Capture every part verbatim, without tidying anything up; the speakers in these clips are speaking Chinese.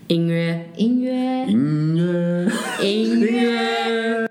音乐， 音乐， 音乐， 音乐。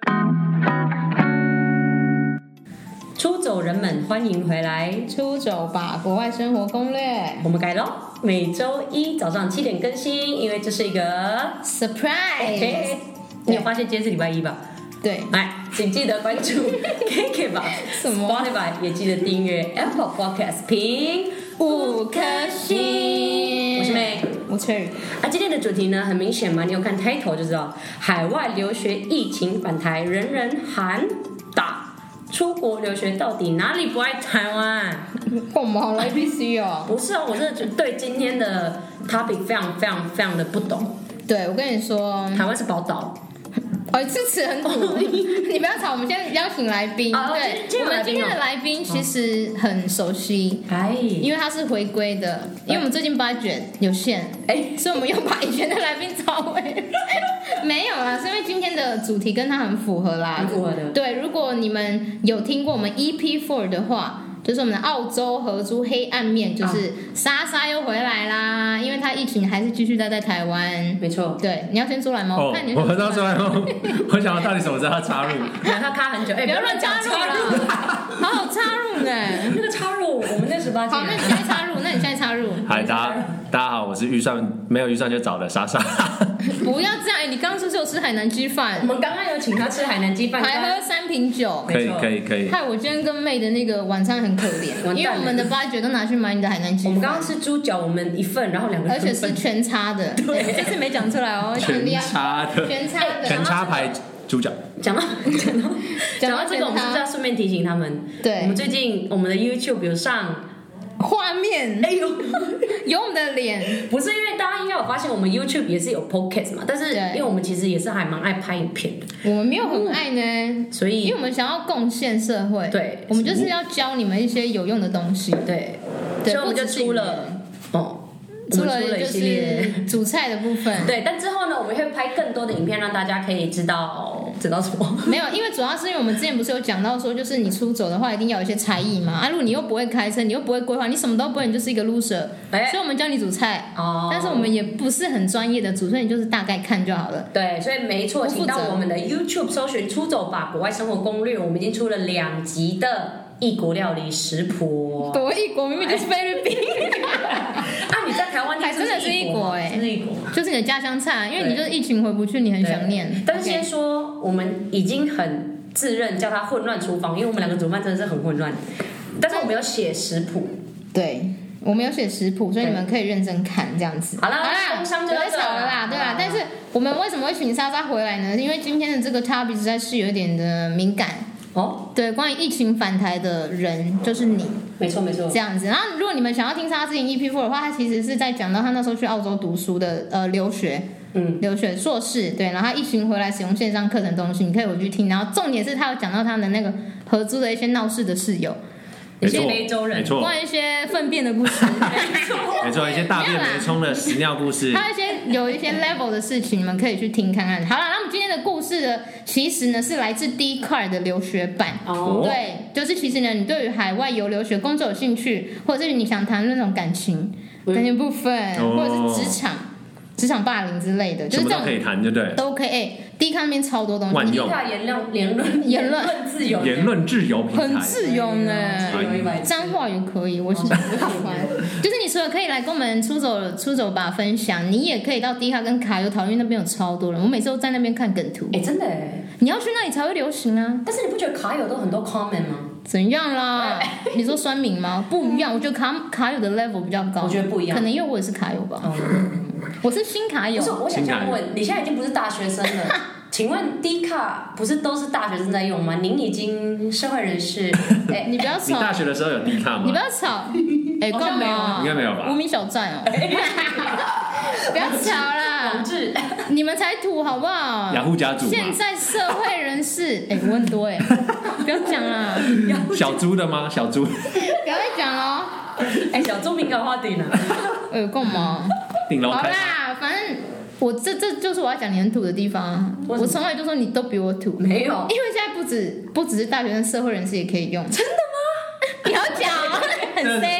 出走人们，欢迎回来！ 出走吧，国外生活攻略。 我们改了，每周一早上七点更新，因为这是一个 surprise。 你有发现今天是礼拜一吧？ 对， 来，请记得关注 K K 吧， 什么 Spotify 也记得订阅 Apple Podcast， 评五颗星。 我是妹， 我是 Cherry。 啊，今天的主题呢，很明显嘛，你有看 title 就知道，海外留学疫情返台，人人喊打。出国留学到底哪里不爱台湾？ 干嘛来 A B C 哦？ 不是啊，我真的觉得对今天的 topic 非常非常非常的不懂。 对，我跟你说， 台湾是宝岛。 哦，这词很土，你不要吵。我们现在邀请来宾， 哦、 对，我们今天的来宾其实很熟悉， 哎、哦， 因为他是回归的，因为我们最近 budget 有限，哎，所以我们又把以前的来宾找回来。没有啦，是因为今天的主题跟他很符合啦， 很符合的。 对，如果你们有听过我们 E P 四 的话。就是我们的澳洲合租黑暗面，就是莎莎又回来啦，因为她疫情还是继续待在台湾。 没错， 对，你要先出来吗？ 哦、 我看你我知道出来吗？我想到底什么时候要插入？ 他卡很久，哎、欸， 不要乱插入啦，好好插入呢。 那个插入，我们那十八禁。 好，那你现在插入，那你现在插入。 嗨，大家大家好，我是预算没有预算就找的莎莎。 不要这样，哎、欸，你刚刚是不是有吃海南鸡饭？ 我们刚刚有请他吃海南鸡饭， 还喝三瓶酒， 可以可以可以。 害我今天跟妹的那个晚餐很可怜，因为我们的八九都拿去买你的海南鸡饭。 我们刚刚吃猪脚，我们一份，然后两个人， 而且是全插的， 对， 这次没讲出来哦， 全插的， 全插的， 全插牌猪脚。 讲到讲到讲到这个，我们是不是要顺便提醒他们？ 对， 我们最近我们的 YouTube 有上。 画面， 哎呦， 有我们的脸， 不是因为大家应该有发现，我们 YouTube 也是有 Podcast 嘛，但是因为我们其实也是还蛮爱拍影片的， 我们没有很爱呢， 所以因为我们想要贡献社会， 对， 我们就是要教你们一些有用的东西， 对，所以我们就出了哦。 出了就是煮菜的部分， 对，但之后呢，我们会拍更多的影片，让大家可以知道知道什么。 没有，因为主要是因为我们之前不是有讲到说，就是你出走的话，一定要有一些才艺嘛。啊，如果你又不会开车，你又不会规划，你什么都不会，你就是一个 loser。哎，所以我们教你煮菜，哦，但是我们也不是很专业的煮，所以你就是大概看就好了。 对，所以没错，请到我们的 YouTube 搜寻“出走吧国外生活攻略”，我们已经出了两集的异国料理食谱。 多异国，明明就是菲律宾。 啊，你在台湾还真的是异国哎， 真是异国， 就是你的家乡菜，因为你就是疫情回不去，你很想念。 但是先说，我们已经很自认叫它混乱厨房，因为我们两个煮饭真的是很混乱。但是我们有写食谱， 对，我们有写食谱，所以你们可以认真看这样子。 好了， 好啦， 不要吵了啦，对啦。但是我们为什么会请莎莎回来呢？因为今天的这个 topic 实在是有一点的敏感。 哦， 对，关于疫情返台的人就是你， 没错没错， 这样子。然后，如果你们想要听他之前 E P 四 的话，他其实是在讲到他那时候去澳洲读书的呃留学，嗯，留学硕士，对，然后他疫情回来使用线上课程东西，你可以回去听。然后重点是他有讲到他的那个合租的一些闹事的室友。 没错， 非洲人， 没错， 关于一些粪便的故事， 没错， 没错，一些大便没冲的屎尿故事， 还有一些有一些 level 的事情，你们可以去听看看。好了，那我们今天的故事呢，其实呢是来自 Dcard 的留学版。哦，对，就是其实呢，你对于海外游留学工作有兴趣，或者是你想谈论那种感情、感情部分， 哦、 或者是职场。职场霸凌之类的，就是这种都可以谈，对不对？ 都可以。哎 ，D 看那边超多东西。 万用。 言论言论言论自由， 言论自由平台， 很自由呢。脏话也可以，我喜欢。就是你除了可以来跟我们出走出走吧分享，你也可以到 D 卡跟卡友讨论，那边有超多人。我每次都在那边看梗图。 哎，真的哎。 你要去那里才会流行啊。 但是你不觉得卡友都很多 comment 吗？ 怎样啦？你说酸民吗？不一样，我觉得卡卡友的 level 比较高。 我觉得不一样， 可能因为我也是卡友吧。我是新卡友。 不是，我想想问，你现在已经不是大学生了，请问 D 卡不是都是大学生在用吗？您已经社会人士， 哎，你不要吵。 你大学的时候有 D 卡吗？ 你不要吵。哎，干嘛？ 应该没有吧？ 无名小站哦。不要吵啦！ 网志， 你们才土好不好？ 雅虎家族。 现在社会人士，哎，我很多哎，不要讲啦。 小猪的吗？小猪。 不要再讲了。 哎，小猪敏感话题呢？ 哎，干嘛？ 顶楼。 好啦，反正我这这就是我要讲你很土的地方。我从来就说你都比我土。 没有， 因为现在不止不只是大学生，社会人士也可以用。 真的吗？ 你要讲，很 C。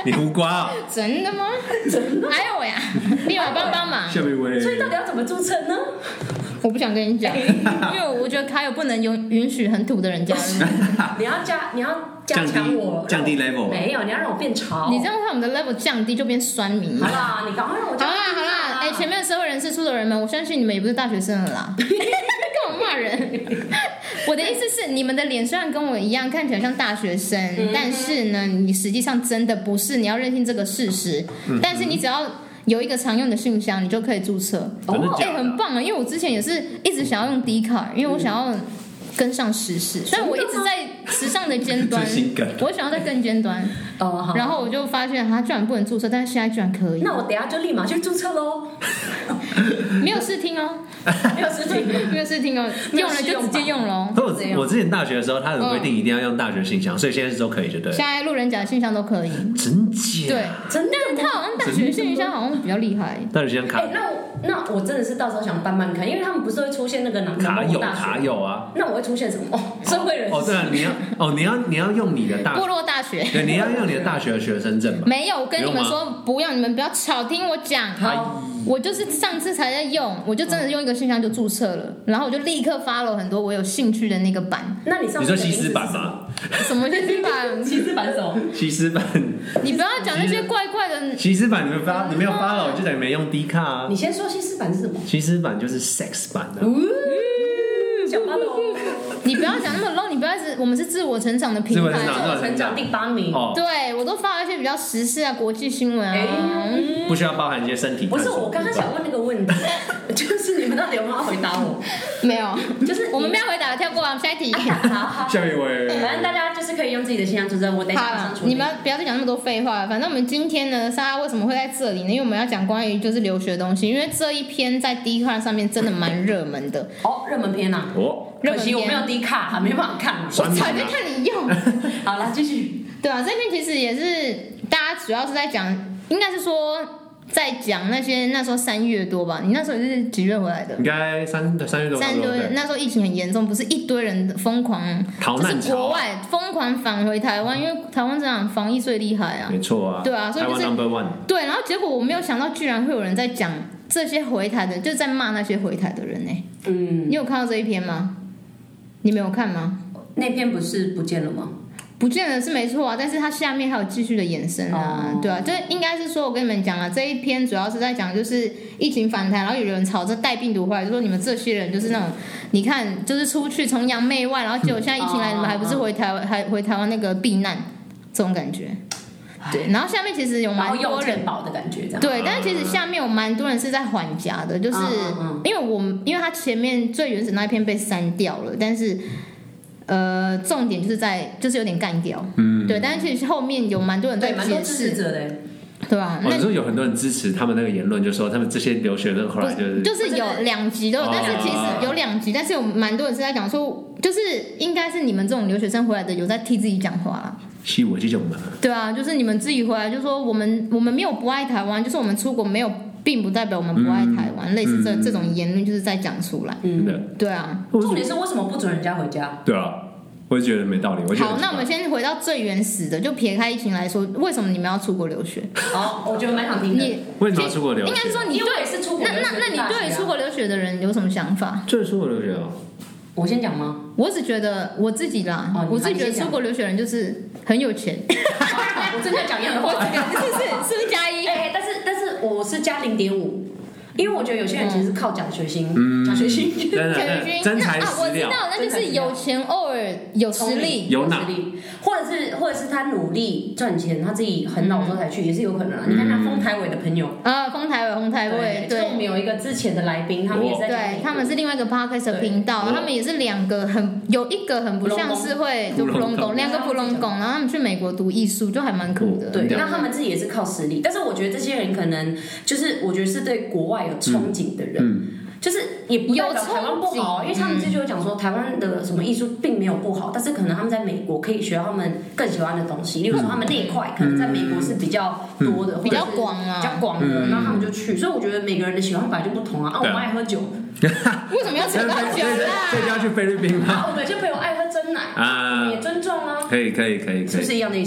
你胡瓜啊？ 真的吗？真的？还有我呀，立马帮帮忙。 下面位， 所以到底要怎么注册呢？ 我不想跟你讲，因为我觉得卡友不能允允许很土的人加入。 你要加，你要加强我， 降低 level。 没有，你要让我变潮。 你这样的话，我们的 level 降低就变酸民。 好啦，你赶快让我。 好啦好啦，哎、欸，前面社会人士出的人们，我相信你们也不是大学生了啦。干嘛骂人？我的意思是，你们的脸虽然跟我一样看起来像大学生，嗯、但是呢，你实际上真的不是，你要认清这个事实。嗯、但是你只要有一个常用的信箱，你就可以注册。 哦， 哎、欸，很棒啊！因为我之前也是一直想要用 D 卡，因为我想要跟上时事，所以我一直在时尚的尖端，我想要在更尖端。 哦， 然后我就发现它居然不能注册，但是现在居然可以。 那我等一下就立马去注册喽。 没有试听哦， 没有试听， 没有试听哦，用了就直接用喽。 我我之前大学的时候，他有规定一定要用大学信箱，所以现在是都可以，就对。 现在路人甲的信箱都可以， 真假？ 对， 真的。 但他好像大学信箱好像比较厉害。 大学信箱卡。 哎，那我那我真的是到时候想办办看，因为他们不是会出现那个哪卡友卡友啊？ 那我会出现什么？哦，社会人士。 哦，对啊，你要哦，你要你要用你的大部落大学， 对，你要用你的大学的学生证嘛。 没有，我跟你们说，不要，你们不要吵，听我讲。好。我就是上次才在用，我就真的用一个信箱就注册了，然后我就立刻 follow 很多我有兴趣的那个版。 那你上你说西施版吗？ 什么西施版？ 西施版什么？ 西施版。 你不要讲那些怪怪的。 西施版你们发，你没有 follow 就等于没用 D 卡啊。 你先说西施版是什么？ 西施版就是 sex 版的。 小巴喽。 你不要讲那么 low， 你不要是，我们是自我成长的平台， 自我成长第八名。 哦、 对，我都发了一些比较时事啊、国际新闻啊， 欸、 不需要包含一些身体。 不是，我刚刚想问那个问题，就是你们到底有没有要回答我？ 没有，就是我们没有回答，跳过啊，下一题。 好好， 下一位。 反正大家就是可以用自己的信箱注册，我等一下马上处理。 你们不要再讲那么多废话了。反正我们今天呢，莎拉为什么会在这里呢？因为我们要讲关于就是留学的东西，因为这一篇在 D 卡上面真的蛮热门的。 哦，热门篇啊！ 哦。 可惜我没有 D 卡，还没办法看。 我才在看你用。 好了，继续。 对啊，这篇其实也是大家主要是在讲，应该是说在讲那些那时候三月多吧。你那时候是几月回来的？ 应该三三月多。 三月多，那时候疫情很严重，不是一堆人疯狂逃难潮， 就是国外疯狂返回台湾，因为台湾这样防疫最厉害啊。 没错啊。 对啊，所以就是 number one。 对，然后结果我没有想到，居然会有人在讲这些回台的，就在骂那些回台的人呢、欸。嗯，你有看到这一篇吗？你没有看吗？ 那篇不是不见了吗？ 不见了是没错啊，但是它下面还有继续的延伸啊，哦、对啊，这应该是说，我跟你们讲啊，这一篇主要是在讲就是疫情反弹，然后有人吵着带病毒回来，就说你们这些人就是那种，你看就是出去崇洋媚外，然后结果现在疫情来，你们还不是回台湾，还回台湾那个避难，这种感觉。对，然后下面其实有蛮多人保的感觉，这样对，但是其实下面有蛮多人是在缓夹的，就是因为我们因为他前面最原始那一篇被删掉了，但是呃重点就是在就是有点干掉，嗯，对，但是其实后面有蛮多人在解释的， 对吧？ 哦，你说有很多人支持他们那个言论，就说他们这些留学生后来就是就是有两极都有，但是其实有两极，但是有蛮多人是在讲说，就是应该是你们这种留学生回来的有在替自己讲话啦。 是我这种嘛？ 对啊，就是你们自己回来就说我们我们没有不爱台湾，就是我们出国没有，并不代表我们不爱台湾，嗯、类似这、嗯、这种言论就是在讲出来。 嗯， 对啊。 重点是为什么不准人家回家？ 对啊，我就觉得没道理。我觉得好，那我们先回到最原始的，就撇开疫情来说，为什么你们要出国留学？ 哦，我觉得蛮想听的。 你为什么要出国留学？ 应该说你对是出国留学， 那那那你对出国留学的人有什么想法？ 对出国留学哦。 我先讲吗？ 我只觉得我自己啦，哦、我自己觉得出国留学人就是很有钱。 我正在讲一样的话， 是不是？是不是加一？ 哎、欸，但是但是我是加零点五。因为我觉得有些人其实是靠奖学金，奖学金， 奖学金， 真材实料。我知道，那就是有钱偶尔有实力， 有实力，或者是或者是他努力赚钱，他自己很老之后才去，也是有可能啊。你看像丰台伟的朋友啊，丰台伟，丰台伟，对， 我们有一个之前的来宾，他们也是在对，他们是另外一个 podcast 的频道，他们也是两个很有一个很不像是会就普隆拱，两个普隆拱，然后他们去美国读艺术，就还蛮酷的。 对，那他们自己也是靠实力，但是我觉得这些人可能就是我觉得是对国外有憧憬的人，嗯，就是也不代表台湾不好，因为他们自己就有讲说台湾的什么艺术并没有不好，但是可能他们在美国可以学到他们更喜欢的东西，例如说他们那一块可能在美国是比较多的， 比较广啊， 比较广的，然后他们就去，所以我觉得每个人的喜欢本来就不同啊。啊，我们爱喝酒， 为什么要扯到酒啦？ 所以就要去菲律宾吗？ 啊，我们有些朋友爱喝真奶啊，我们也尊重啊， 可以可以可以， 是不是一样的意思？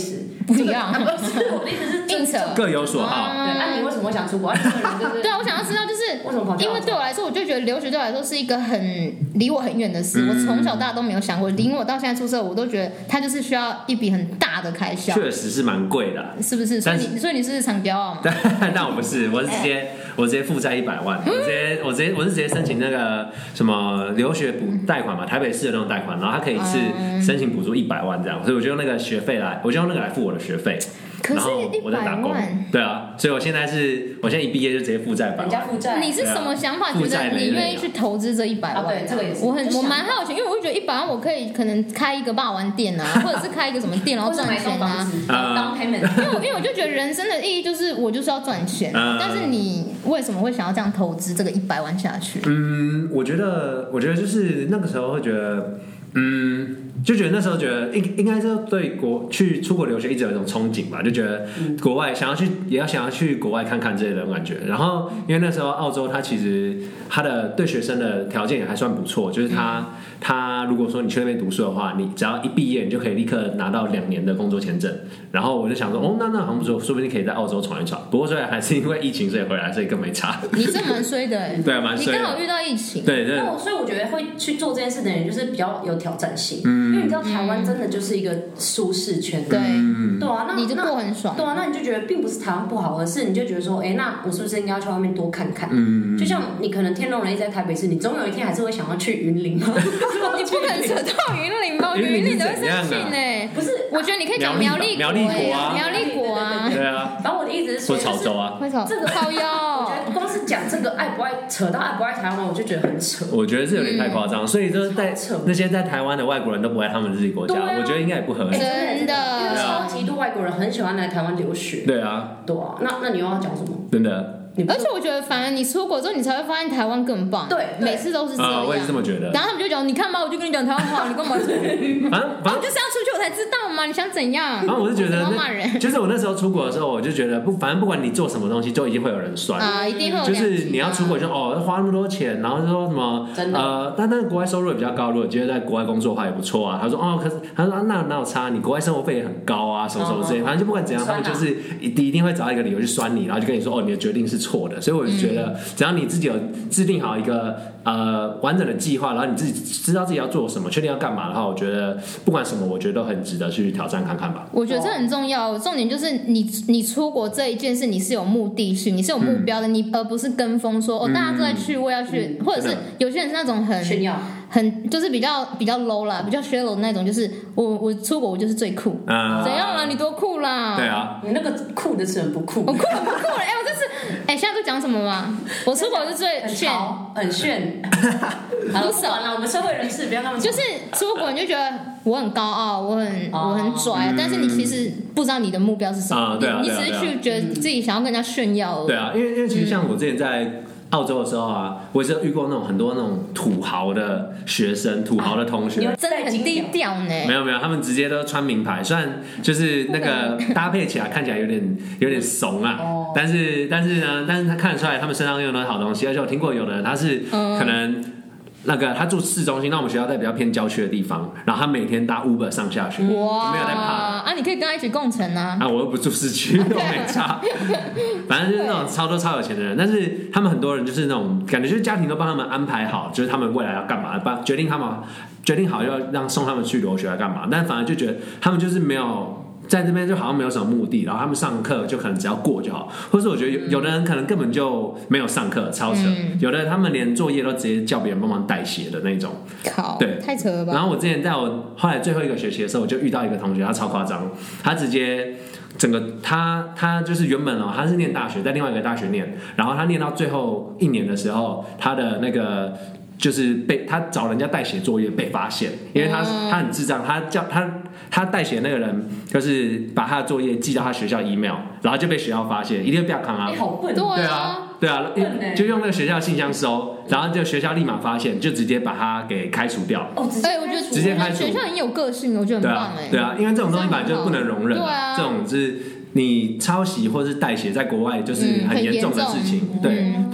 不一样。 不是我的意思是硬扯， 各有所好。 对，那你为什么会想出国？ 对啊，我想要知道就是为什么跑去澳洲？ 因为对我来说，我就觉得留学对我来说是一个很离我很远的事。我从小到大都没有想过，离我到现在出社，我都觉得它就是需要一笔很大的开销。 确实是蛮贵的， 是不是？所以你所以你是常骄傲吗？ 但我不是，我是直接我直接负债一百万，我直接我直接我是直接申请那个什么留学补贷款嘛，台北市的那种贷款，然后它可以是申请补助一百万这样，所以我就用那个学费来，我就用那个来付我的学费。 可是一百万，对啊，所以我现在是，我现在一毕业就直接负债百万。 人家负债， 你是什么想法？觉得你愿意去投资这一百万？ 对，这个也是。 我很我蛮好奇，因为我会觉得一百万我可以可能开一个霸王店啊，或者是开一个什么店，然后赚钱啊。 当 payment。 因为因为我就觉得人生的意义就是我就是要赚钱，但是你为什么会想要这样投资这个一百万下去？ 嗯，我觉得，我觉得就是那个时候会觉得。嗯，就觉得那时候觉得应应该是对国去出国留学一直有一种憧憬吧，就觉得国外想要去也要想要去国外看看这类的感觉。然后因为那时候澳洲它其实它的对学生的条件也还算不错，就是它它如果说你去那边读书的话，你只要一毕业你就可以立刻拿到两年的工作签证。然后我就想说，哦，那那好像不错，说不定可以在澳洲闯一闯。不过虽然还是因为疫情所以回来，所以更没差。 你是蛮衰的哎， 对啊，蛮衰的。 你刚好遇到疫情， 对对。 所以我觉得会去做这件事的人就是比较有挑战性，嗯，因为你知道台湾真的就是一个舒适圈， 对， 对啊，那你就过很爽， 对啊，那你就觉得并不是台湾不好，而是你就觉得说，哎，那我是不是应该要去外面多看看？嗯，就像你可能天龙人一直在台北市，你总有一天还是会想要去云林嘛， 你不可能扯到云林吧？云林都会生气呢。不是，我觉得你可以讲苗栗苗栗国啊， 苗栗国啊， 对啊。 然后我的意思是说， 或潮州啊， 这个靠腰， 我觉得光是讲这个爱不爱，扯到爱不爱台湾，我就觉得很扯。 我觉得是有点太夸张，所以就是在那些在台湾的外国人都不爱他们自己国家，我觉得应该也不合适。 真的， 因为超级多外国人很喜欢来台湾留学。 对啊， 对啊，那那你又要讲什么？ 真的。 而且我觉得，反而你出国之后，你才会发现台湾更棒。 对， 每次都是这样。 啊，我也是这么觉得。 然后他们就讲，你看吧，我就跟你讲台湾好，你干嘛？ 反正反正就是要出去我才知道嘛，你想怎样？ 然后我就觉得， 骂人。 就是我那时候出国的时候，我就觉得不，反正不管你做什么东西，就一定会有人酸啊，一定会有。 就是你要出国就哦，花那么多钱，然后就说什么呃，但但是国外收入也比较高，如果觉得在国外工作的话也不错啊。他说哦，可是他说啊，那哪有差？你国外生活费也很高啊，什么什么之类。反正就不管怎样，他们就是一一定会找一个理由去酸你，然后就跟你说哦，你的决定是错的。所以我就觉得，只要你自己有制定好一个呃完整的计划，然后你自己知道自己要做什么，确定要干嘛的话，我觉得不管什么，我觉得都很值得去挑战看看吧。 我觉得这很重要，重点就是你你出国这一件事，你是有目的性，你是有目标的，嗯、你而不是跟风说哦，大家都在去，我要去，嗯、或者是有些人是那种很炫耀。 很就是比较比较 low 啦，比较 shallow 的那种，就是我我出国我就是最酷，啊、怎样啦？你多酷啦？ 对啊， 你那个酷的是很不酷， 我酷很不酷了。哎、欸，我这是哎、欸，现在都讲什么吗？我出国是最炫，很炫。好爽了，我们社会人士不要那么就是出国你就觉得我很高傲，我很、哦、我很拽，嗯、但是你其实不知道你的目标是什么， 啊对啊、 你只是去觉得自己想要跟人家炫耀而已。 对啊，因为因为其实像我之前在澳洲的时候啊，我也是遇过那种很多那种土豪的学生、土豪的同学， 真的很低调呢。 没有没有，他们直接都穿名牌，虽然就是那个搭配起来看起来有点有点怂啊，哦、但是但是呢，但是他看得出来他们身上用的好东西，而且我听过有的人他是可能。那个他住市中心，那我们学校在比较偏郊区的地方，然后他每天搭 Uber 上下学，哇，没有在怕啊！你可以跟他一起共乘啊！ 啊，我又不住市区，我没差。反正就是那种超多超有钱的人，但是他们很多人就是那种感觉，就是家庭都帮他们安排好，就是他们未来要干嘛，帮决定他们决定好要让送他们去留学来干嘛，但反而就觉得他们就是没有。在这边就好像没有什么目的，然后他们上课就可能只要过就好，或是我觉得 有, 有的人可能根本就没有上课，超扯。嗯、有的人他们连作业都直接叫别人帮忙代写的那种， 靠， 对， 太扯了吧。 然后我之前在我后来最后一个学期的时候，我就遇到一个同学，他超夸张，他直接整个他他就是原本哦，他是念大学，在另外一个大学念，然后他念到最后一年的时候，他的那个。就是被他找人家代写作业被发现，因为他他很智障，他叫他他代写那个人就是把他的作业寄到他学校 email， 然后就被学校发现，一定会被他扛啊！ 你好笨， 对啊，对啊，就用那个学校信箱收，然后就学校立马发现，就直接把他给开除掉。 哦，哎，我觉得直接开除， 学校很有个性，我觉得很棒哎。 对啊，因为这种东西本来就不能容忍，对啊，这种是。你抄袭或是代写，在国外就是很严重的事情，嗯、对、嗯、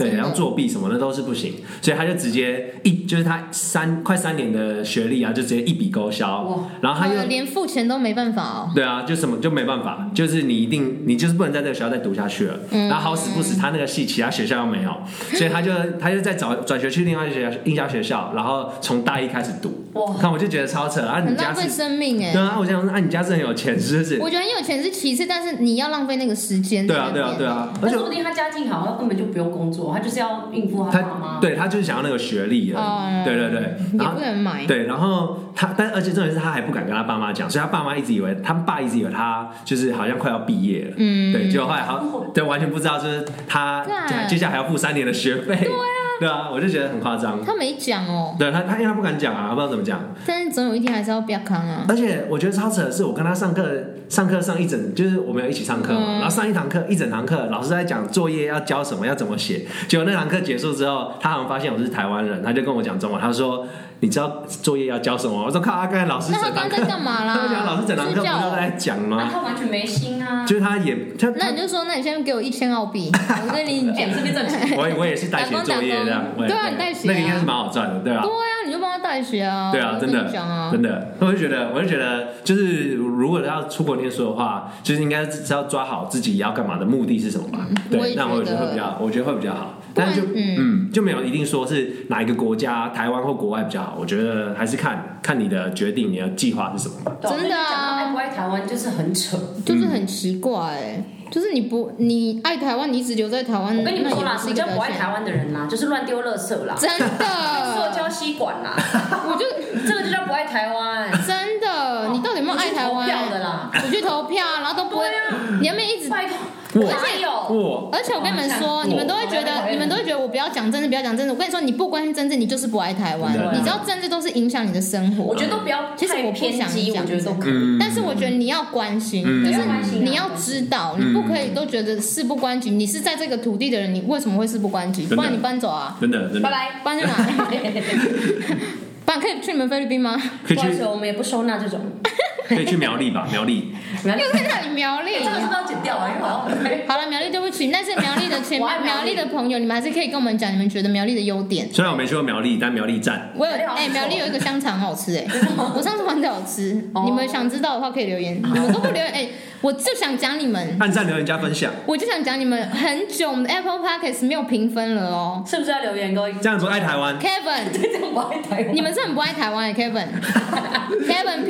对，然后作弊什么的都是不行，所以他就直接一就是他三快三年的学历啊，就直接一笔勾销，然后他又连付钱都没办法哦。 对啊，就什么就没办法，就是你一定你就是不能在这个学校再读下去了。嗯、然后好死不死，他那个系其他学校又没有，所以他就他就在找转学去另外一个学校应校学校，然后从大一开始读。哇！看我就觉得超扯啊！你家是很浪费生命哎。 对啊，我想说啊，你家是很有钱是不是？ 我觉得很有钱是其次，但是你要浪费那个时间。 对啊，对啊，对啊。 而且说不定他家境好，他根本就不用工作，他就是要应付他妈妈。 对他就是想要那个学历而已。哦、对对对， 也不能买。 对，然后他，但而且重点是他还不敢跟他爸妈讲，所以他爸妈一直以为他爸一直以为他就是好像快要毕业了。嗯。对，结果后来他对完全不知道，就是他接下来还要付三年的学费。对啊。对啊，我就觉得很夸张。 他没讲哦。 对他，他因为他不敢讲啊，他不知道怎么讲。 但是总有一天还是要不要扛啊。 而且我觉得超扯的是，我跟他上课，上课上一整，就是我们有一起上课嘛，嗯、然后上一堂课一整堂课，老师在讲作业要教什么，要怎么写。结果那堂课结束之后，他好像发现我是台湾人，他就跟我讲中文，他说：“你知道作业要教什么？”我说：“靠，他刚才老师整堂课， 那他刚在干嘛啦？ 他讲老师整堂课不是在讲吗？ 他完全没心啊。 就是他也他， 那你就说，那你现在给我一千澳币，我跟你讲， 这边挣钱。 我我也是代写作业这样。 对啊，你代写， 那个应该是蛮好赚的，对啊。 对啊，你就帮他代写啊。 对啊，真的，真的，我就觉得，我就觉得，就是如果要出国念书的话，就是应该是要抓好自己要干嘛的目的是什么吧。对，那我觉得会比较，我觉得会比较好。但是就嗯, 嗯就没有一定说是哪一个国家，台湾或国外比较好。我觉得还是看看你的决定，你的计划是什么。 真的啊， 爱不爱台湾就是很扯， 就是很奇怪哎、欸。就是你不你爱台湾，你一直留在台湾。 我跟你们说啦，什么叫不爱台湾的人啦？就是乱丢垃圾啦， 真的， 塑胶吸管啦，我就这个就叫不爱台湾。 真的，你到底有没有爱台湾？ 投票的啦， 我去投票，然后都不会， 啊、 你有没有一直拜托？ 而且有， 而且我跟你们说，你们都会觉得，你们都会觉得我不要讲政治，不要讲政治。我跟你说，你不关心政治，你就是不爱台湾。你知道政治都是影响你的生活。 我觉得都不要， 其实我不想讲， 我觉得都可以。 但是我觉得你要关心，就是你要知道，你不可以都觉得事不关己。你是在这个土地的人，你为什么会事不关己？不然你搬走啊！ 真的，真的， 拜拜， 搬去哪里？不然可以去你们菲律宾吗？ 可以去， 我们也不收纳这种。 可以去苗栗吧，苗栗。 又在那里苗栗， 这个是不是要剪掉啊？因为好像好了，苗栗对不起，但是苗栗的前苗栗的朋友，你们还是可以跟我们讲，你们觉得苗栗的优点。 虽然我没去过苗栗，但苗栗赞。 我有哎，苗栗有一个香肠很好吃哎，我上次玩的好吃。你们想知道的话可以留言，你们都不留言哎，我就想讲你们。 按赞、留言、加分享。 我就想讲你们很久，我们的 Apple Podcast 没有评分了哦， 是不是要留言各位？ 这样不爱台湾 ，Kevin， 这样不爱台湾， 你们是很不爱台湾哎 ，Kevin，Kevin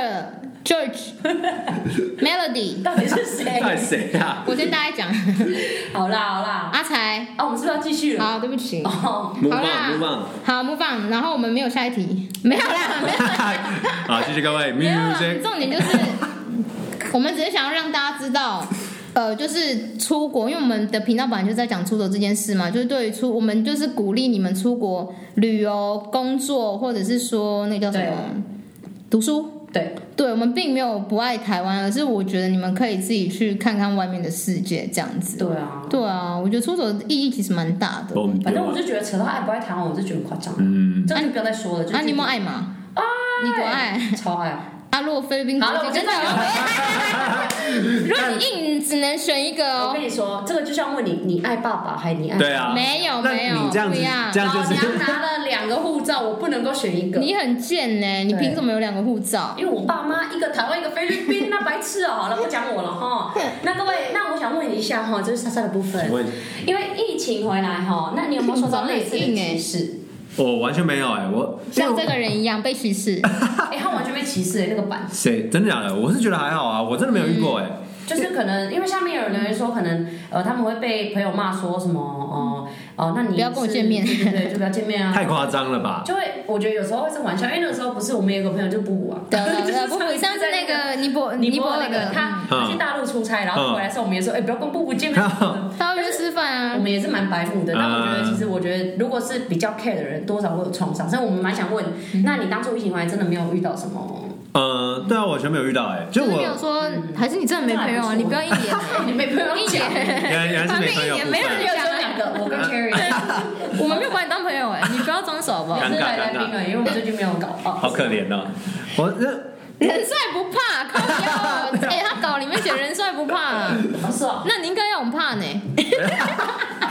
Peter。George，Melody， 到底是谁？ 到底谁啊？ 我跟大家讲。 好啦好啦， 阿才啊，我们是不是要继续了？ 好，对不起。 哦， 好啦，好 move on， 然后我们没有下一题，没有啦，没有啦。 好，谢谢各位。 没有啦，重点就是我们只是想要让大家知道。呃，就是出国，因为我们的频道本来就在讲出国这件事嘛，就是对于出，我们就是鼓励你们出国旅游、工作，或者是说那叫什么读书。 对， 对，我们并没有不爱台湾，而是我觉得你们可以自己去看看外面的世界，这样子。 对啊， 对啊，我觉得出走的意义其实蛮大的。 反正我就觉得扯到爱不爱台湾，我就觉得夸张。嗯，这就不要再说了。 啊，你有没有爱吗？ 啊， 你多爱？ 超爱。 啊，如果菲律宾国籍跟台湾，如果你硬只能选一个哦， 我跟你说，这个就像问你，你爱爸爸还是你爱？ 对啊， 没有没有， 你这样子，这样就是你要拿了两个护照，我不能够选一个。 你很贱呢，你凭什么有两个护照？ 因为我爸妈一个台湾，一个菲律宾，那白痴哦。好了，不讲我了哈。那各位，那我想问一下哈，就是莎莎的部分，因为疫情回来哈，那你有没有受到类似的歧视？ 我完全没有哎、欸，我像这个人一样被歧视。 哎、欸，他完全被歧视哎、欸，那个版。 谁？真的假的？我是觉得还好啊，我真的没有遇过哎、欸嗯。 就是可能因为下面有人留言说，可能呃他们会被朋友骂说什么哦哦、呃，那你不要跟我见面， 对对对，就不要见面啊。 太夸张了吧？ 就会我觉得有时候会是玩笑，因为那个时候不是我们有个朋友就布布啊， 对对对，布布上次那个尼泊尼泊那个他他去大陆出差，然后回来的时候我们也说，哎、欸，不要跟布布见面。 他要约吃饭啊。 我们也是蛮白目的，但我觉得其实我觉得如果是比较 care 的人，多少会有创伤，所以我们蛮想问，那你当初疫情回来真的没有遇到什么？ 呃，对啊，我全没有遇到哎、欸，就我没有说，还是你真的没朋友啊？你不要一脸， 你没朋友一脸， 原来是没朋友， 没有人讲两个，我跟 Cherry， 我们没有把你当朋友哎，你不要装熟好不好？ 是来来宾而已，因为我们最近没有搞， 好可怜哦，我这。 人帅不怕，靠腰！哎，他稿里面写人帅不怕， 是啊， 那你应该要我们怕呢。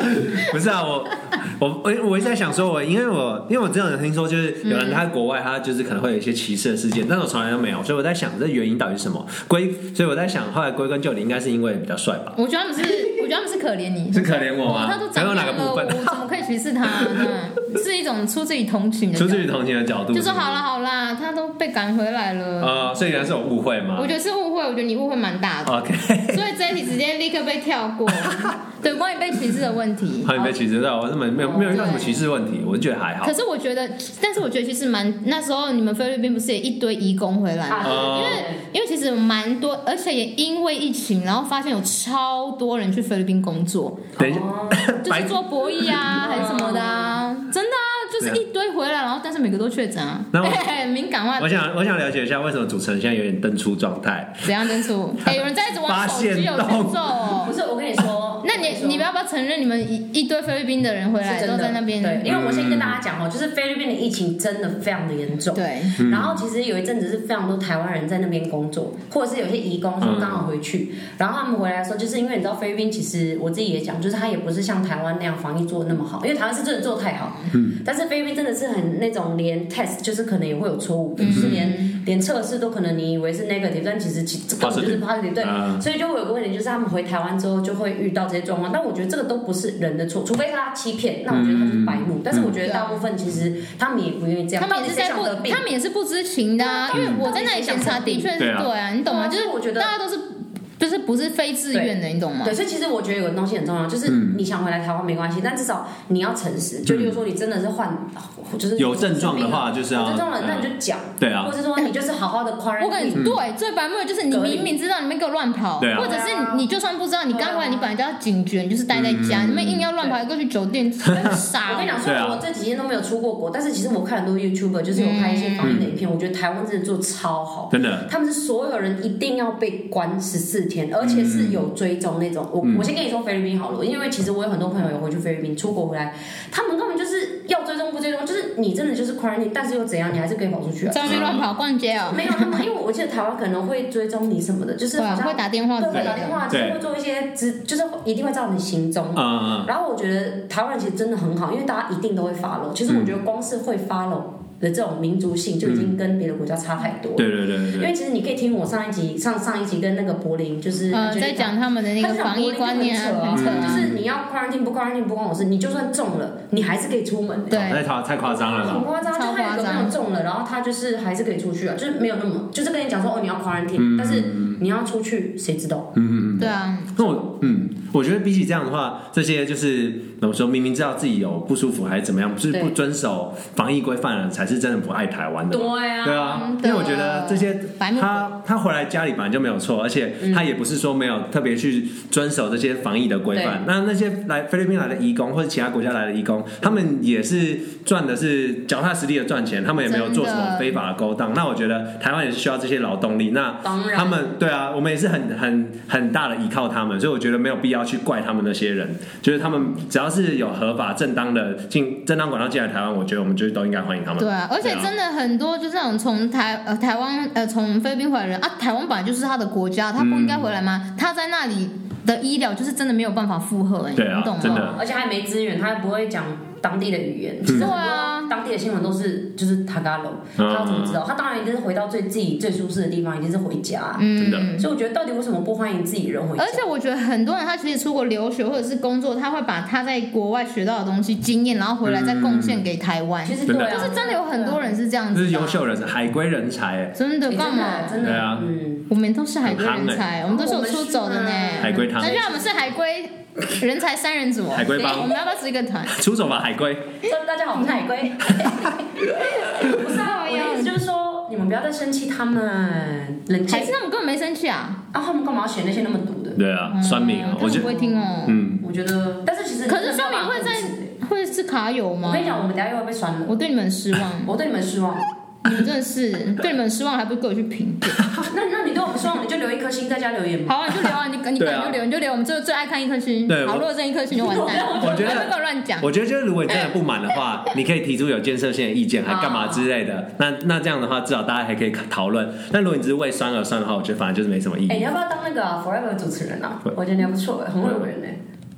不是啊，我我我我一直在想说我，因为我因为我真的有听说，就是有人他在国外，他就是可能会有一些歧视的事件，但是我从来都没有，所以我在想这原因到底是什么？归，所以我在想，后来归根究底，应该是因为比较帅吧。 我觉得他们是，我觉得他们是可怜你， 是可怜我吗？ 他都长哪个部分？ 我怎么可以歧视他呢？是一种出自于同情的， 出自于同情的角度， 就说好了好啦，他都被赶回来了。 呃，所以原来是有误会吗？ 我觉得是误会，我觉得你误会蛮大的。 OK， 所以这一题直接立刻被跳过。对，关于被歧视的问题， 关于被歧视的，我根本没有没有遇到什么歧视问题，我就觉得还好。 可是我觉得，但是我觉得其实蛮那时候你们菲律宾不是也一堆移工回来吗？ 啊、 因为因为其实蛮多，而且也因为疫情，然后发现有超多人去菲律宾工作。 等一下， 就是做博弈啊，还是什么的啊，真的啊，就是一堆回来，然后但是每个都确诊啊。欸、敏感话， 我想我想了解一下，为什么主持人现在有点登出状态？ 怎样登出？哎、欸，有人在一直玩手机，有节奏哦。 不是，我跟你说， 那你你不要不要承认你们一一堆菲律宾的人回来都在那边？ 对，因为我先跟大家讲哦，就是菲律宾的疫情真的非常的严重。 对， 然后其实有一阵子是非常多台湾人在那边工作，或者是有些移工说刚好回去，嗯、然后他们回来的时候，就是因为你知道菲律宾其实我自己也讲，就是他也不是像台湾那样防疫做的那么好，因为台湾是真的做的太好，嗯，但是菲律宾真的是很那种连 test 就是可能也会有错误，嗯、就是连连测试都可能你以为是 negative， 但其实其根本就是 positive， 对，嗯、所以就会有个问题，就是他们回台湾之后就会遇到这些状况，但我觉得这个都不是人的错，除非他欺骗，那我觉得他就是白目，嗯、但是我觉得大部分其实他们也不愿意这样， 他们也是在不，他们也是不知情的啊，因为我在那里检查的确是对啊，你懂吗？就是我觉得大家都是。就是不是非自愿的，你懂吗？ 对，所以其实我觉得有个东西很重要，就是你想回来台湾没关系，但至少你要诚实。就比如说你真的是患，就是有症状的话，就是要有症状了，那你就讲。 对啊， 或者说你就是好好的 quarantine。 我跟你对最白目的就是你明明知道你们给我乱跑，或者是你就算不知道，你刚回来你本来就要警觉，你就是待在家，你们硬要乱跑，过去酒店，傻。 我跟你讲，虽然我这几天都没有出过国，但是其实我看很多 YouTuber 就是有拍一些防疫的影片，我觉得台湾真的做超好， 真的。 他们是所有人一定要被关十四天，而且是。有追踪那种，我、嗯、我先跟你说菲律宾好了，因为其实我有很多朋友有回去菲律宾出国回来，他们根本就是要追踪不追踪，就是你真的就是 quarantine， 但是又怎样，你还是可以跑出去啊， 在外面乱跑逛街哦。 没有，他们因为我记得台湾可能会追踪你什么的，就是好像会打电话， 对，会打电话，就是会做一些资，就是一定会照你行踪。嗯、然后我觉得台湾人其实真的很好，因为大家一定都会 follow。其实我觉得光是会 follow。的这种民族性就已经跟别的国家差太多了。 对对对对。 因为其实你可以听我上一集上上一集跟那个柏林就是呃在讲他们的那个防疫观念啊， 很扯啊，就是你要 quarantine 不 quarantine 不关我事，你就算中了，你还是可以出门。 对， 太太夸张了啦。 很夸张，就他有个朋友中了，然后他就是还是可以出去啊，就是没有那么，就是跟你讲说哦你要 quarantine，但是你要出去谁知道？ 嗯嗯。 对啊。 那我嗯，我觉得比起这样的话，这些就是怎么说，明明知道自己有不舒服还是怎么样，不是不遵守防疫规范的，才是真的不爱台湾的。 对啊， 对啊，因为我觉得这些他他回来家里本来就没有错，而且他也不是说没有特别去遵守这些防疫的规范。那那些来菲律宾来的移工或者其他国家来的移工，他们也是赚的是脚踏实地的赚钱，他们也没有做什么非法的勾当。那我觉得台湾也是需要这些劳动力。那他们对啊，我们也是很很很大的依靠他们，所以我觉得没有必要去怪他们那些人。就是他们只要是有合法正当的进正当管道进来台湾，我觉得我们就都应该欢迎他们。 对啊，而且真的很多就是那种从台呃台湾呃从菲律宾回来的人啊，台湾本来就是他的国家，他不应该回来吗？嗯、他在那里的医疗就是真的没有办法负荷、欸， 对啊， 你懂吗？ 真的， 而且还没资源，他还不会讲当地的语言。其实很多当地的新闻都是就是塔嘎隆，他要怎么知道？他当然一定是回到最自己最舒适的地方，一定是回家。 嗯， 真的。 所以我觉得到底为什么不欢迎自己人回家？ 而且我觉得很多人他其实出国留学或者是工作，他会把他在国外学到的东西经验，然后回来再贡献给台湾。 其实对啊， 就是真的有很多人是这样子， 就是优秀人才，海归人才。 真的干嘛？ 真的， 对啊， 嗯， 我们都是海归人才，我们都是有出走的呢。 海龟汤， 那就我们是海归人才三人组， 海龟帮， 我们要不要组一个团？ 出走吧，海龟！ 大家好，我们是海龟。不是啊，我的意思就是说，你们不要再生气他们，冷静。 还是他们根本没生气啊？ 啊，他们干嘛要选那些那么毒的？ 对啊，酸民啊， 我觉得不会听哦。 嗯， 我觉得，但是其实可是酸民会在会是卡友吗？ 我跟你讲，我们等下又会被酸了。 我对你们失望， 我对你们失望。 你们真的是对你们失望，还不给我去评论？ 那那你对我们失望，你就留一颗星在家留言吧。 好啊，你就留啊，你你敢就留，你就留。我们最最爱看一颗星。 对， 好，如果剩一颗星就完蛋了。 我觉得不要乱讲。 我觉得就是如果你真的不满的话，你可以提出有建设性的意见，还干嘛之类的。那那这样的话，至少大家还可以讨论。但如果你只是为酸而酸的话，我觉得反正就是没什么意义。 哎，你要不要当那个 Forever 主持人啊？我觉得你还不错，很会为人呢。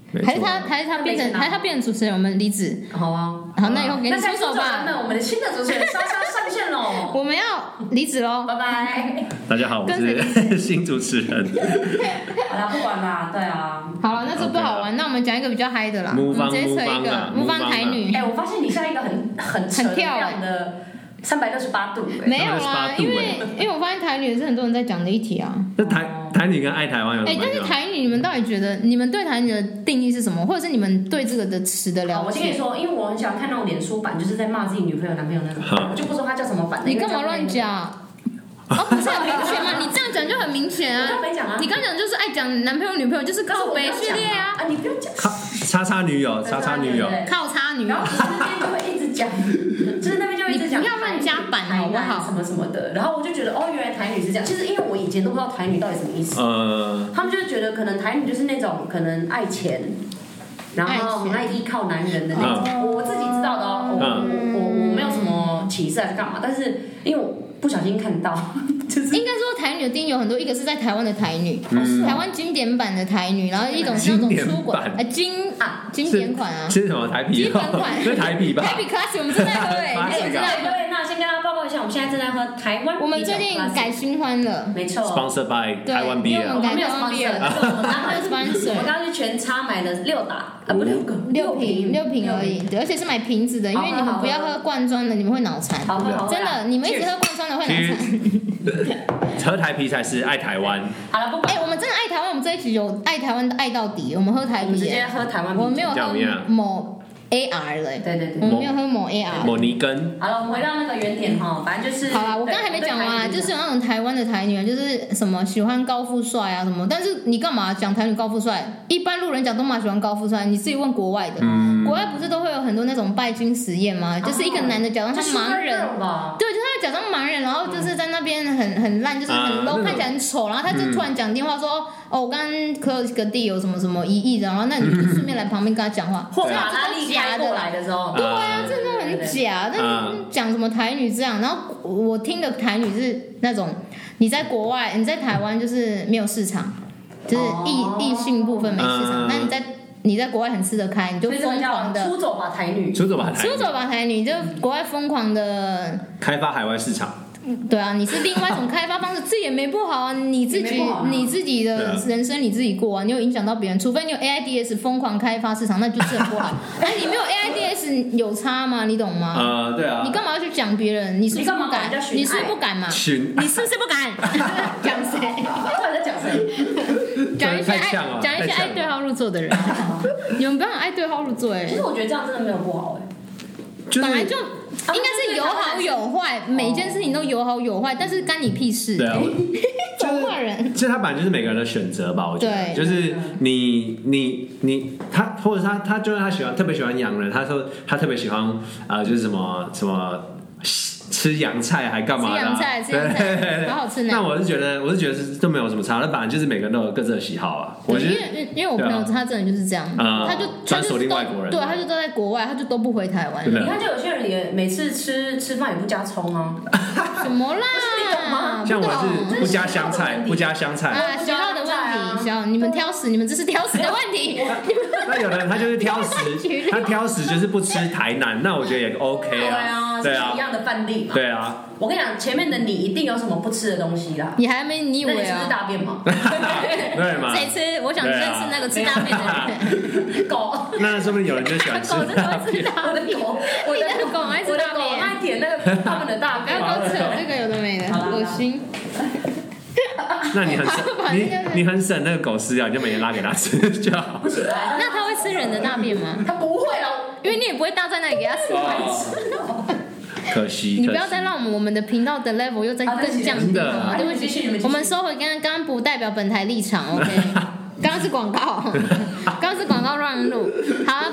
还是他还是他变成还是他变成主持人，我们离职。 好啊， 好，那以后给你出手吧。 那我们的新的主持人莎莎上线喽， 我们要离职喽， 拜拜。 大家好，我是新主持人。 好啦，不管啦，对啊。 好了，那这不好玩，那我们讲一个比较嗨的啦。我们直接扯一个木方台女。 哎，我发现你像一个很很很漂亮的。三百六十八度， 没有啦，因为因为我发现台女也是很多人在讲的一题啊。 那台台女跟爱台湾有什么？ 哎，但是台女，你们到底觉得你们对台女的定义是什么，或者是你们对这个的词的了解？ 我就跟你说，因为我很喜欢看那种脸书版，就是在骂自己女朋友、男朋友那种，我就不说他叫什么版。 你干嘛乱讲？哦，不是很明显吗？你这样讲就很明显啊！ 没讲啊！ 你刚讲就是爱讲男朋友、女朋友，就是靠北系列啊！ 啊，你不用讲。 叉叉女友，叉叉女友， 靠叉女友。 然后那边就会一直讲，就是那边就会一直讲， 不要乱加版好不好？ 什么什么的。然后我就觉得，哦，原来台女是这样。其实因为我以前都不知道台女到底什么意思。呃。他们就是觉得可能台女就是那种可能爱钱，然后很爱依靠男人的那种。我自己知道的哦，我我我我没有什么歧视还是干嘛，但是因为我不小心看到。就是应该说台女的定义有很多，一个是在台湾的台女，嗯、台湾经典版的台女，然后一种是那种出轨，呃经啊经典款啊， 是什么台啤？ 经典款， 是台啤吧？ 台啤 class 我们正在喝哎、欸， 哎、欸，知道对，那先跟大家报告一下，我们现在正在喝台湾。 我们最近改新欢了， 没错 ，Sponsored by 台湾 beer， 我们改没有 sponsor， 我们没有 sponsor， 我刚刚去全差买了六打，啊不六个六瓶六瓶而已，对，而且是买瓶子的，因为你们不要喝罐装的，你们会脑残，真的，你们一直喝罐装的会脑残。 喝台啤才是爱台湾。 好了，不管。 哎，我们真的爱台湾，我们这一集有爱台湾爱到底，我们喝台啤， 直接喝台湾啤， 我们没有喝某 A R 了， 对对对， 我们没有喝某 A R， 某尼根。 好了，我们回到那个原点哈，反正就是。 好啦，我刚才还没讲完，就是有那种台湾的台女，就是什么喜欢高富帅啊什么，但是你干嘛讲台女高富帅？一般路人讲都蛮喜欢高富帅，你自己问国外的，嗯、国外不是都会有很多那种拜金实验吗？就是一个男的假装他盲人，对，就是他假装盲人，然后就是在那边很很烂，就是很 low，、啊、看起来很丑，然后他就突然讲电话说，哦，我刚刚可有个弟有什么什么一亿的，然后那你顺便来旁边跟他讲话， 或者把拉力开过来的时候。 对啊，这都很假。但是讲什么台女这样，然后我听的台女是那种你在国外，你在台湾就是没有市场，就是异异性部分没市场。那你在你在国外很吃得开，你就疯狂的出走吧台女， 出走吧台女， 出走吧台女，就国外疯狂的开发海外市场。 对啊，你是另外一种开发方式，这也没不好啊。你自己、啊、你自己的人生你自己过啊，你有影响到别人，除非你有 A I D S 疯狂开发市场，那就是很不好。哎，你没有 A I D S 有差吗？你懂吗？ 呃，对啊。 你干嘛要去讲别人？你是不是不敢？你是不是不敢嘛？你是不是不敢？讲谁？ 到底在讲谁？ 讲一些爱讲一些爱对号入座的人。你们不要爱对号入座哎。 其实我觉得这样真的没有不好哎。 本来就应该是有好有坏，每一件事情都有好有坏，但是干你屁事？ 对啊， 就是坏人。 其实他本来就是每个人的选择吧，我觉得，就是你你你他，或者他他就是他喜欢特别喜欢洋人，他说他特别喜欢呃，就是什么什么。吃洋菜还干嘛的、啊？ 吃洋菜，吃洋菜，好好吃呢。 那我是觉得，我是觉得是都没有什么差，那反正就是每个人都有各自的喜好啊。我觉得， 因为因为我朋友他真的就是这样， 啊、 他就专锁定外国人， 对，他就都在国外，他就都不回台湾。 你看，就有些人也每次吃吃饭也不加葱啊， 什么啦？ 你懂吗？ 像我是不加香菜，不加香菜啊，喜好的问题，喜好你们挑食，你们这是挑食的问题。 那有的人他就是挑食，他挑食就是不吃台南，那我觉得也 OK 啊，对啊，一样的范例嘛。 对啊。 我跟你讲，前面的你一定有什么不吃的东西啦。 你还没你以为啊？ 那你吃大便吗？ 对嘛？ 谁吃？我想认识那个吃大便的人。 狗。 那说不定有人就喜欢吃大便。 我的狗， 我的狗爱吃大便。 我爱舔那个他们的大便。 不要扯这个有的没的，恶心。 那你很省，你你很省那个狗饲料，你就每天拉给它吃就好。 那它会吃人的大便吗？ 它不会了， 因为你也不会搭在那里给它吃。 可惜， 你不要再让我们我们的频道的 level 又再更降低好吗？对不起，我们收回刚刚刚刚不代表本台立场 ，OK？ 刚刚是广告，刚刚是广告乱入。好了，反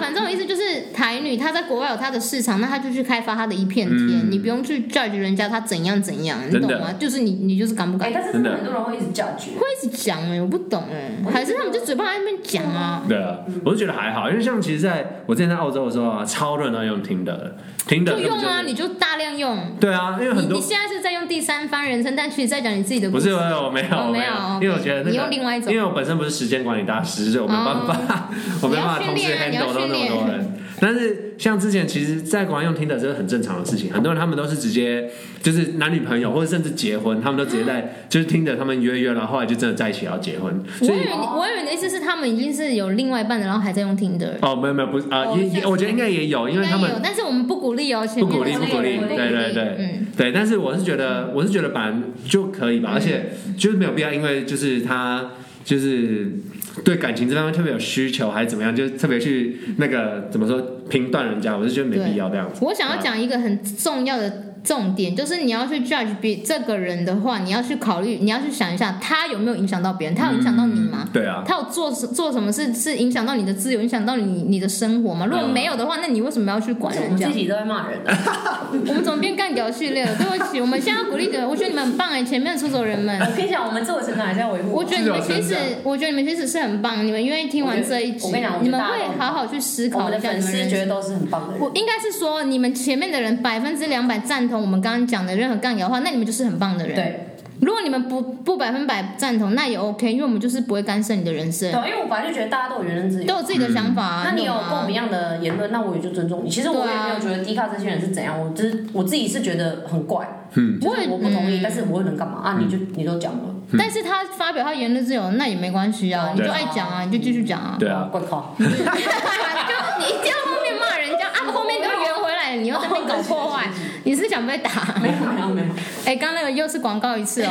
反正我意思就是台女她在国外有她的市场，那她就去开发她的一片天，嗯、你不用去 judge 人家她怎样怎样，你懂吗？就是你你就是敢不敢？ 哎、欸，但是真的很多人会一直 judge， 会一直讲哎、欸，我不懂哎、欸，还是他们就嘴巴在那边讲啊？ 对啊，我是觉得还好，因为像其实在我之前在澳洲的时候啊，超多人都用听的，听的就用啊，你就大量用。 对啊，因为很多你, 你现在是在用第三番人称，但其实在讲你自己的故事。 不是，我没有， 哦、没有， 因为我觉得、那個、 你用另外一种， 因为我本身不是时间管理大师，所以我没办法，哦、我没办法同时 handle 到那么多人。但是像之前，其实，在国外用听的这是很正常的事情，很多人他们都是直接就是男女朋友，或者甚至结婚，他们都直接在就是听着他们约约，然后后来就真的在一起要结婚。 我以为我以为你的意思是他们已经是有另外一半的，然后还在用听的。 哦，没有没有，不是啊，也、呃、我觉得应该也有，因为他们有，但是我们不鼓励哦， 不鼓励不鼓励，对对对，嗯，对。但是我是觉得，我是觉得本来就可以吧，而且就是没有必要，因为就是他就是对感情这方面特别有需求，还是怎么样，就特别去那个怎么说评断人家，我是觉得没必要这样子。 我想要讲一个很重要的重点，就是你要去 judge 别这个人的话，你要去考虑，你要去想一下，他有没有影响到别人，他有影响到你吗？ 嗯、对啊， 他有做做什么事是影响到你的自由，影响到你你的生活吗？如果没有的话，那你为什么要去管人家？ 我自己都在骂人、啊。 我们怎么变干屌系列了？对不起，我们现在要鼓励的，我觉得你们很棒哎，前面的出走人们。 我跟你讲，我们自我成长还是要维护。 我觉得你们其实，我觉得你们其实是很棒，你们愿意听完这一集， 我跟你讲， 你们会好好去思考一下。 我们的粉丝觉得都是很棒的人。 我应该是说，你们前面的人百分之两百赞同我们刚刚讲的任何干屌的话，那你们就是很棒的人。 对。 如果你们不不百分百赞同，那也 OK， 因为我们就是不会干涉你的人生。 对，因为我本来就觉得大家都有言论自由， 都有自己的想法、啊嗯。那你有跟我们一样的言论，那我也就尊重你。其实我也没有觉得低卡这些人是怎样，我只是我自己是觉得很怪，嗯，就是我不同意，嗯、但是我能干嘛啊？你就你都讲了、 嗯，但是他发表他言论自由，那也没关系啊，你就爱讲啊，你就继续讲啊。 对啊， 怪靠， 你就你一定要后面骂人家啊，后面就圆回来了，你又在那边搞破坏，你是想被打？ 没有没有没有， 哎，刚那个又是广告一次哦。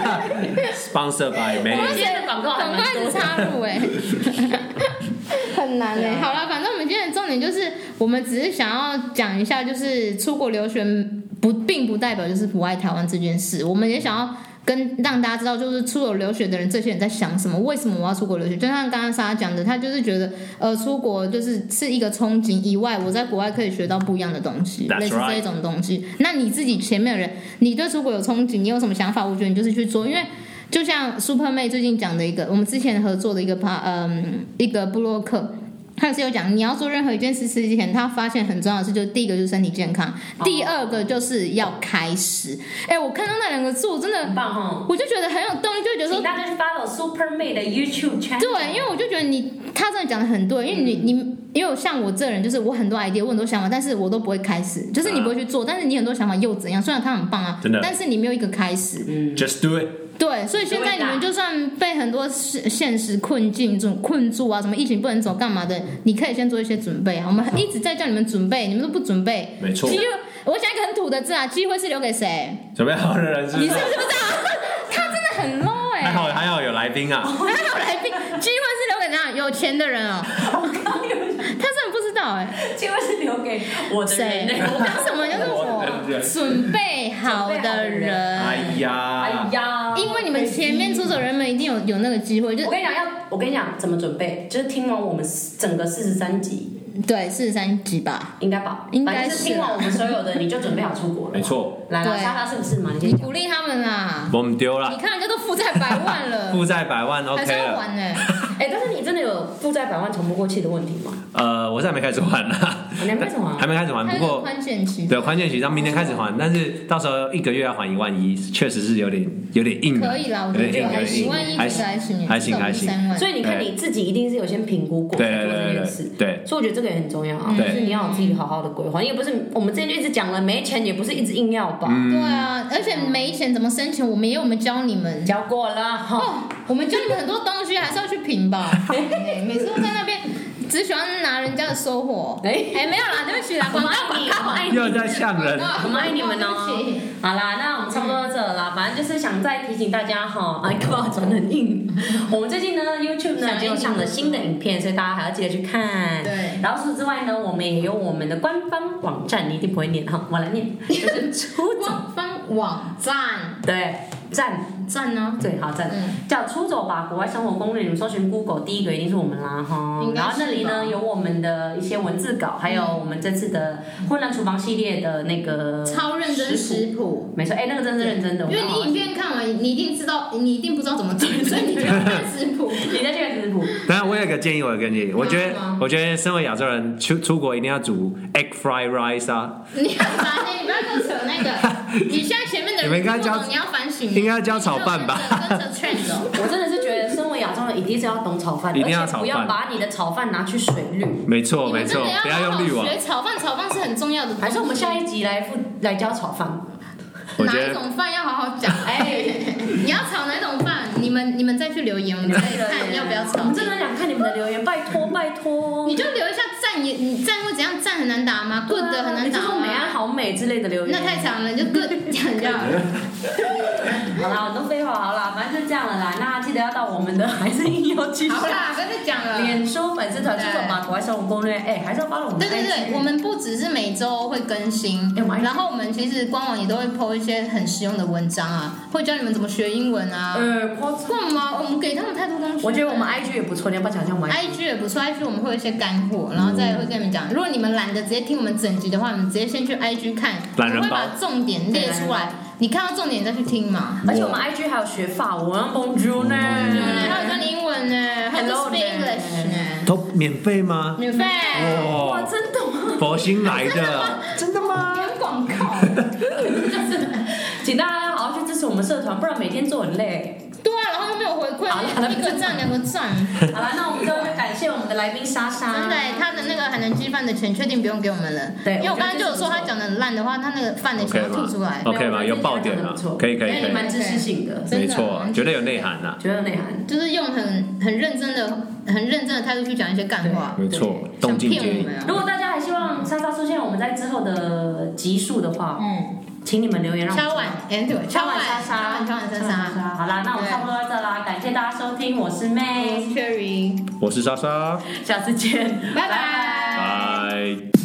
Sponsor by me， 我们今天的广告很快的插入哎，很难哎。好了，反正我们今天的重点就是，我们只是想要讲一下，就是出国留学不并不代表就是不爱台湾这件事，我们也想要跟让大家知道，就是出国留学的人，这些人在想什么？为什么我要出国留学？就像刚刚莎讲的，他就是觉得，呃，出国就是是一个憧憬以外，我在国外可以学到不一样的东西， right. 类似这一种东西。那你自己前面的人，你对出国有憧憬，你有什么想法？我觉得你就是去做，因为就像 Super 妹最近讲的一个，我们之前合作的一个 pa 嗯一个部落客。他也是有讲，你要做任何一件事之前，他发现很重要的事，就是第一个就是身体健康，哦、第二个就是要开始。哎，我看到那两个字，我真的很棒哈， 我就觉得很有动力，就觉得说， 请大家去 follow Super 妹的 YouTube channel。 对，因为我就觉得你，他真的讲的很对，因为你、嗯、你，因为像我这人，就是我很多 idea， 我很多想法，但是我都不会开始，就是你不会去做，啊、但是你很多想法又怎样？虽然他很棒啊， 真的， 但是你没有一个开始。 嗯 ，Just do it。 对，所以现在你们就算被很多现实困境、这种困住啊，什么疫情不能走、干嘛的，你可以先做一些准备啊。我们一直在叫你们准备，你们都不准备。 没错。 机会，我讲一个很土的字啊，机会是留给谁？ 准备好的人是。 你是不是不知道？他真的很 low 哎、欸。 还好还好有来宾啊。 还好来宾，机会是留给怎样有钱的人哦。 我刚有， 他真的不知道哎、 欸。机会是留给我的人、欸。 我讲什么？就是我准备好的人。 哎呀， 哎呀， 因为你们前面出走人们一定有有那个机会，就我跟你讲要，我跟你讲怎么准备，就是听完我们整个四十三集， 对，四十三集吧， 应该吧， 应该是听完我们所有的，你就准备好出国了， 没错。 来来，莎莎是不是嘛？你先鼓励他们啦， 我们丢了， 你看人家都负债百万了， 负债百万 OK 了， 还是要还呢、欸。 哎，但是你真的有负债百万喘不过气的问题吗？ 呃，我现在没开始还啦， 你还没开始还， 还没开始还，不过宽限期， 对，宽限期到明年开始还，但是到时候一个月要还一万一，确实是有点有点硬， 可以啦，我觉得一万一其实还行， 还行还行， 所以你看你自己一定是有先评估过才做这件事， 对， 所以我觉得这个也很重要啊，就是你要有自己好好的规划，也不是我们之前就一直讲了，没钱也不是一直硬要吧， 对啊，而且没钱怎么生钱，我们也有我们教你们， 教过了， 哦，我们教你们很多东西还是要去评吧，每次都在那边。只喜欢拿人家的收获，哎哎，没有啦，对不起啦， 我们爱你，我们爱你， 又在呛人， 我们爱你们哦。好啦，那我们差不多到这啦，反正就是想再提醒大家哈，哎，干嘛转很硬？我们最近呢 ，YouTube 呢就上了新的影片，所以大家还要记得去看。 对。 然后除此之外呢，我们也有我们的官方网站，你一定不会念哈，我来念，就是出官方网站， 对。 赞赞呢？ 对，好赞， 嗯叫出走吧国外生活攻略，你们搜寻 Google 第一个一定是我们啦哈。 应该是吧然后那里呢有我们的一些文字稿，还有我们这次的混乱厨房系列的那个超认真食谱。 谱。 没错，哎，那个真是认真的， 因为你影片看完，你一定知道，你一定不知道怎么做，所以你就要看食谱。 你在这个食谱。 当然，我有一个建议，我有一个建议，我觉得嗯， 我觉得身为亚洲人出出国一定要煮 egg fried rice 啊， 你要反省，你不要跟我扯那个。你现在前面的你们人应该教听不懂，你要反省。 应该要教炒饭吧？ 跟着 trend 哦。 我真的是觉得，身为亚洲人，一定是要懂炒饭， 一定要而且不要炒饭把你的炒饭拿去水滤。 没错你没错， 们真的不要用滤网。 学炒饭，炒饭是很重要的东西。 还是我们下一集来复来教炒饭？ 哪我觉得一种饭要好好讲？哎，你要炒哪种饭？你们你们再去留言，我们再看要不要炒我们。真的想看你们的留言，拜托拜托。 你就留一下赞，也你赞会怎样？赞很难打吗？good 很难打你就说美安好美之类的留言。 那太长了，你就 good 讲就好了。 好啦，我都废话好啦，反正就这样了啦。那记得要到我们的，还是硬要继续。 好啦，不要再讲了。 脸书粉丝团出走吧，国外生活攻略，哎，还是要发了我们的对对 I G。 对，我们不只是每周会更新， 哎我们 I G 然后我们其实官网也都会 po 一些很实用的文章啊，会教你们怎么学英文啊。 呃，夸干嘛？我们给他们太多东西。 我觉得我们 I G 也不错，你要不要讲一下我们 I G 也不错 ，I G 我们会有一些干货，然后再会跟你们讲。如果你们懒得直接听我们整集的话，你们直接先去 I G 看，我懒人包会把重点列出来，你看到重点再去听嘛。 而且我们 I G 还有学法文，Bonjour 呢， 还有教你英文呢 Hello ，How to speak English 呢， 都免费吗？ 免费。 哇， 哇， 真的吗？ 佛心来的，真的吗？ 点广告。 就是，请大家好好去支持我们社团，不然每天做很累。 对啊，然后又没有回馈，一个赞两个赞。 好了，那我们最后就感谢我们的来宾莎莎。 真的，他的那个海南鸡饭的钱确定不用给我们了。 对因为我刚才就有说他讲的烂的话，他那个饭的钱要吐出来。 OK 吗？有爆点了，可以可以可以， 蛮知识性的， 真的没错，绝对有内涵呐。 觉得有内涵。 就是用很很认真的、很认真的态度去讲一些干话。 没错， 想动静皆宜。 骗我们啊？ 如果大家还希望莎莎出现我们在之后的集数的话， 嗯， 请你们留言让我们敲碗，哎，对， 敲碗莎莎莎， 敲碗敲碗莎莎。 好啦，那我们差不多到这啦，感谢大家收听，我是妹， Cherry， 我是莎莎， 下次见， 拜拜。 拜。